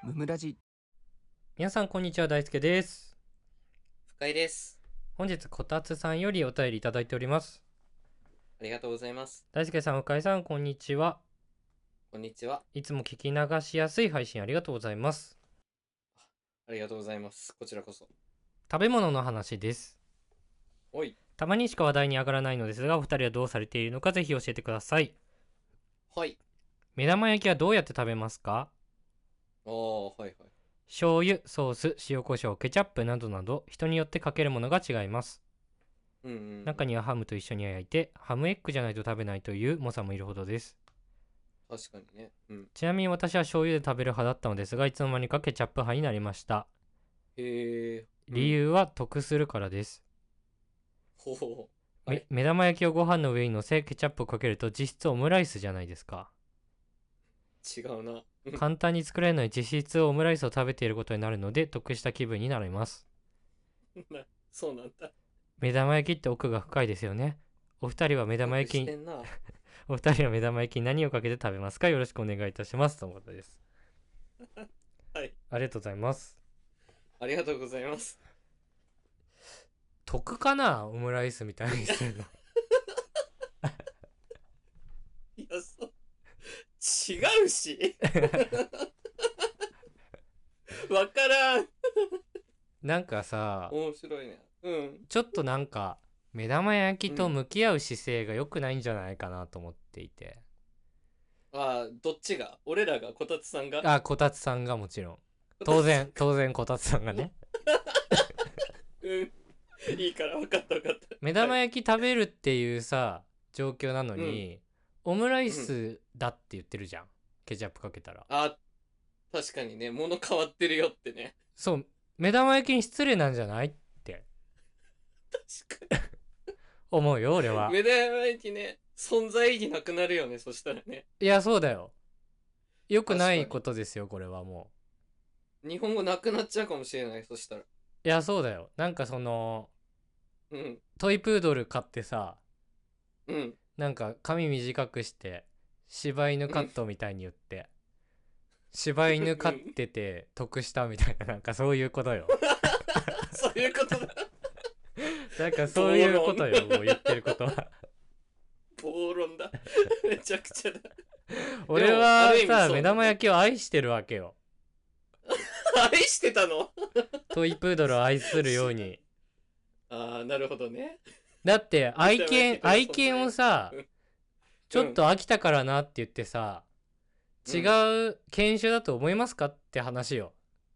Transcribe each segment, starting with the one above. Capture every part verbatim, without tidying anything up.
ムムラジ。 皆さんこんにちは、大輔です。 深井です。 本日こたつさんよりお便りいただいております。 ありがとうございます。 大輔さん、深井さん、こんにちは。 こんにちは。 いつも聞き流しやすい配信ありがとうございます。 ありがとうございます。こちらこそ。 食べ物の話です。 おい。 たまにしか話題に上がらないのですが、お二人はどうされているのかぜひ教えてください。 はい。 目玉焼きはどうやって食べますか？ ああ、はいはい。 醤油、ソース、塩コショウ、ケチャップなどなど人によってかけるものが違います。 うんうん、うん。 中にはハムと一緒に焼いてハムエッグじゃないと食べないという猛者もいるほどです。 確かにね。うん。 ちなみに私は醤油で食べる派だったのですが、いつの間にかケチャップ派になりました。 へえ。 理由は得するからです。 ほほめ、はい、目玉焼きをご飯の上に乗せケチャップをかけると実質オムライスじゃないですか。 違うな。 簡単に作れるのに実質オムライスを食べていることになるので得した気分になります。 そうなんだ。 目玉焼きって奥が深いですよね。お二人は目玉焼きにお二人は目玉焼きに何をかけて食べますか？よろしくお願いいたしますとのことです。 はい。 ありがとうございます。 ありがとうございます。 得かな、オムライスみたいにするの。 いや、そう違うしわからんなんかさ、 面白いね。うん。 ちょっとなんか目玉焼きと向き合う姿勢が良くないんじゃないかなと思っていて、 うん、ああ、どっちが？俺らが？こたつさんが？ あ、こたつさんがもちろん。当然当然こたつさんがね。 うんいいから分かった分かった。 目玉焼き食べるっていうさ状況なのに、うん、オムライスだって言ってるじゃん、ケチャップかけたら。 あ、確かにね、物変わってるよってね。 そう、目玉焼きに失礼なんじゃないって確かに思うよ俺は。 目玉焼きね、存在意義なくなるよね、そしたらね。 いや、そうだよ。よくないことですよこれは。もう日本語なくなっちゃうかもしれない、そしたら。 いや、そうだよ。なんかその、 うん、 トイプードル飼ってさ、 うん、 なんか髪短くして柴犬カットみたいに言って、うん、柴犬飼ってて得したみたいな、なんかそういうことよ。 そういうことだ。 なんかそういうことよ、もう言ってることは。 暴論だ。めちゃくちゃだ。 俺はさ、目玉焼きを愛してるわけよ。 愛してたの？ トイプードルを愛するように。 ああ、なるほどね。 だって愛犬愛犬をさ、ちょっと飽きたからなって言ってさ、うん、違う犬種だと思いますかって話よ。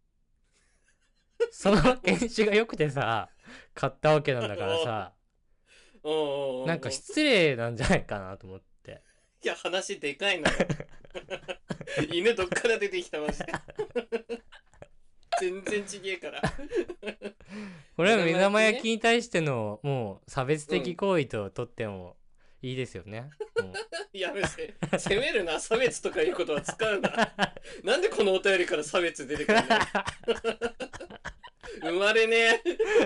その犬種が良くてさ買ったわけなんだからさなんか失礼なんじゃないかなと思って。 いや、話でかいな。犬どっから出てきたマジで。全然ちげえから。 これは目玉焼きに対してのもう差別的行為ととってもいいですよね。 うん、やめて、責めるな、差別とかいうことは使うな。なんでこのお便りから差別出てくるの？生まれね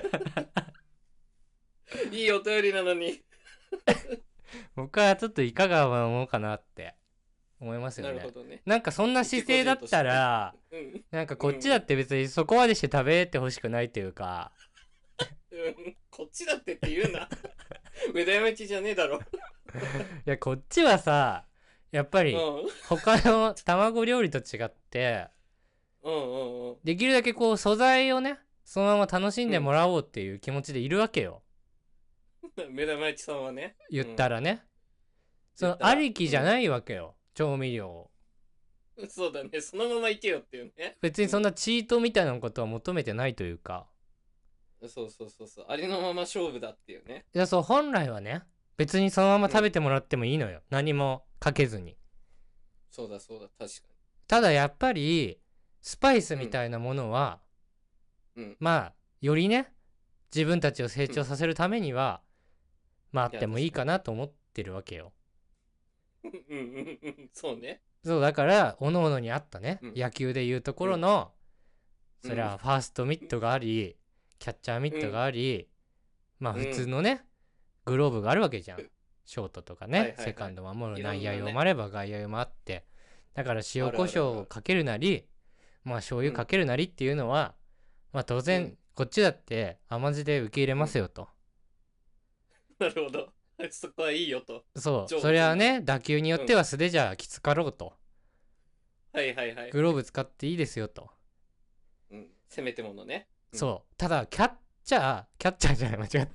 え。いいお便りなのに。 僕はちょっといかがなものかなって思いますよね。 なるほどね。 なんかそんな姿勢だったら、うん、なんかこっちだって別にそこまでして食べてほしくないっていうか、 うん、こっちだってって言うな。目玉焼きじゃねえだろ。いや、こっちはさ、やっぱり他の卵料理と違って、 うんうんうん、 できるだけこう素材をねそのまま楽しんでもらおうっていう気持ちでいるわけよ。 うん、目玉焼きさんはね、 言ったらね、うん、そのありきじゃないわけよ、うん、調味料。 そうだね、そのままいけよっていうね。 別にそんなチートみたいなことは求めてないというか、 うん、そうそうそうそう、ありのまま勝負だっていうね。 いや、そう、本来はね別にそのまま食べてもらってもいいのよ、うん、何もかけずに。 そうだそうだ、確かに。 ただやっぱりスパイスみたいなものは、うん、まあよりね自分たちを成長させるためには、うん、まああってもいいかなと思ってるわけよ。 うんうんうん、そうね。 そうだから各々にあったね、うん、野球でいうところの、うん、そりゃファーストミットがあり、うん、キャッチャーミットがあり、うん、まあ普通のね、うん、グローブがあるわけじゃん。ショートとかね、はいはいはい、セカンド守る内野用もあれば外野用もあって、だから塩コショウをかけるなり、 まあ醤油かけるなりっていうのは、まあ当然、 うん、 こっちだって甘酢で受け入れますよと。 なるほど。そこはいいよと。 そう、 上手それはに。 ね、打球によっては素手じゃきつかろうと。 はいはいはい。 グローブ使っていいですよと。 うん。せめてものね。うん、 そう。ただ、キャッチャー、キャッチャーじゃない、間違った。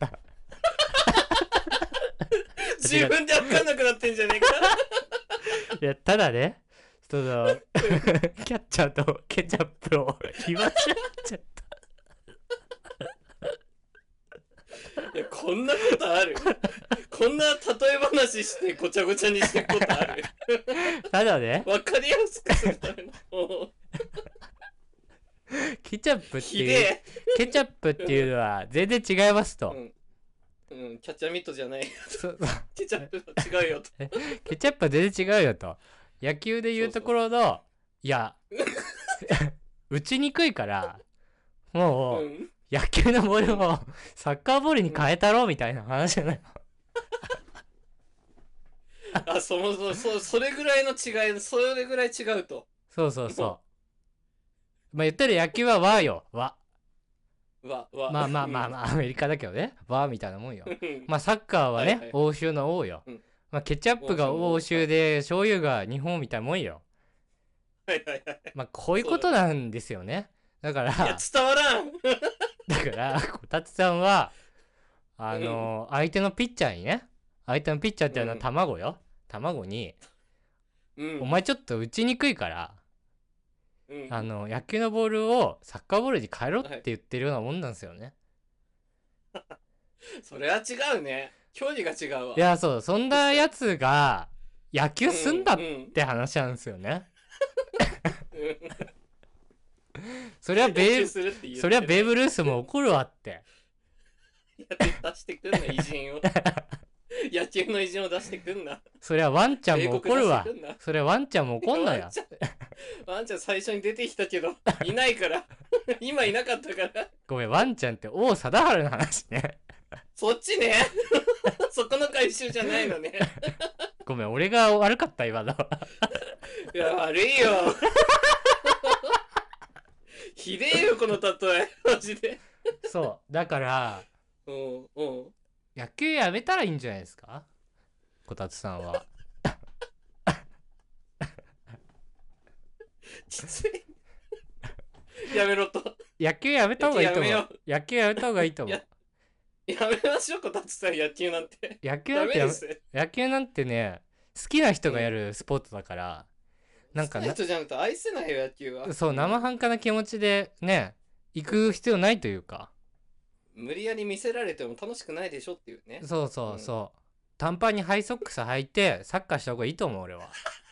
自分で分かんなくなってんじゃねえか。 いや、ただね、その、キャッチャーとケチャップを言わしちゃった。 いや、こんなことある。こんな例え話してごちゃごちゃにしてることある。 ただね、 わかりやすくするための。 ケチャップっていう、 ひでケチャップっていうのは全然違いますと。 え。うん。うん、キャッチャーミットじゃない。 そうケチャップは違うよと。 ケチャップは全然違うよと。野球で言うところの、いや、打ちにくいから、もう、 うん。 野球のボールをサッカーボールに変えたろみたいな話じゃないの。 あ、そもそも、そ、それぐらいの違い、それぐらい違うと。 そうそうそう。まあ言ったら野球は和よ、和。 わ、わ。 まあまあまあまあ、アメリカだけどね、和みたいなもんよ。 うん。 まあサッカーはね、 はいはい欧州の王よ。 うん。 まあケチャップが欧州で、醤油が日本みたいなもんよ。 はいはいはい。 まあこういうことなんですよね。だから、 いや、伝わらん。 だから、こたつさんは、あのー相手のピッチャーにね、相手のピッチャーっていうのは卵よ。卵に、 うん。 お前ちょっと打ちにくいから、 うん。 あの、野球のボールをサッカーボールに変えろって言ってるようなもんなんですよね。 それは違うね。距離が違うわ。 いや、そう、そんなやつが野球すんだっうんうんて話なんですよね。 うんそりゃベーするって言ってブ、そりゃベーブ・ルースも怒るわって。 やって出してくんな、偉人を。野球の偉人を出してくんな。 そりゃワンちゃんも怒るわ米国出してくんな。 そりゃワンちゃんも怒んなやワンちゃん、ワンちゃん最初に出てきたけど、いないから。今いなかったから。 ごめん、ワンちゃんって王貞治の話ね。 そっちね。そこの回収じゃないのね。 ごめん、俺が悪かった今の。 いや、悪いよ。ひでえよ、この例え。マジで。 そうだからうんうん。 野球やめたらいいんじゃないですか、こたつさんは。 きつい。やめろと。 野球やめた方がいいと思野球やめう。野球やめた方がいいと思う。 やめましょう、こたつさん、野球なんて。 野球なんてやめダメです。 野球なんてね、好きな人がやるスポーツだから、なんか好きな人じゃなくて愛せないよ、野球は。 そう、生半可な気持ちでね、行く必要ないというか、 無理やり見せられても楽しくないでしょっていうね。 そうそうそう、短パンにハイソックス履いてサッカーした方がいいと思う俺は。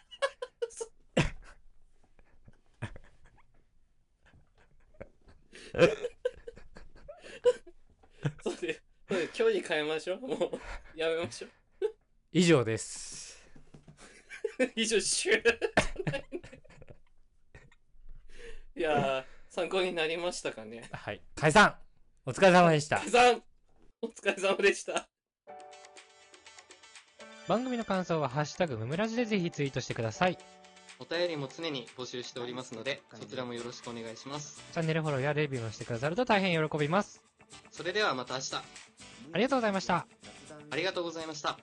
そうで、そうで、距離変えましょう。もう、やめましょう。 以上です。 以上、シュー。いやー、参考になりましたかね。 はい、解散。お疲れ様でした。 解散お疲れ様でした。 番組の感想はハッシュタグムムラジでぜひツイートしてください。 お便りも常に募集しておりますので、そちらもよろしくお願いします。 チャンネルフォローやレビューもしてくださると大変喜びます。 それではまた明日。 ありがとうございました。 ありがとうございました。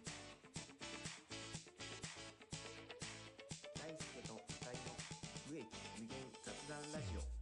大輔と二人の無益無限雑談ラジオ。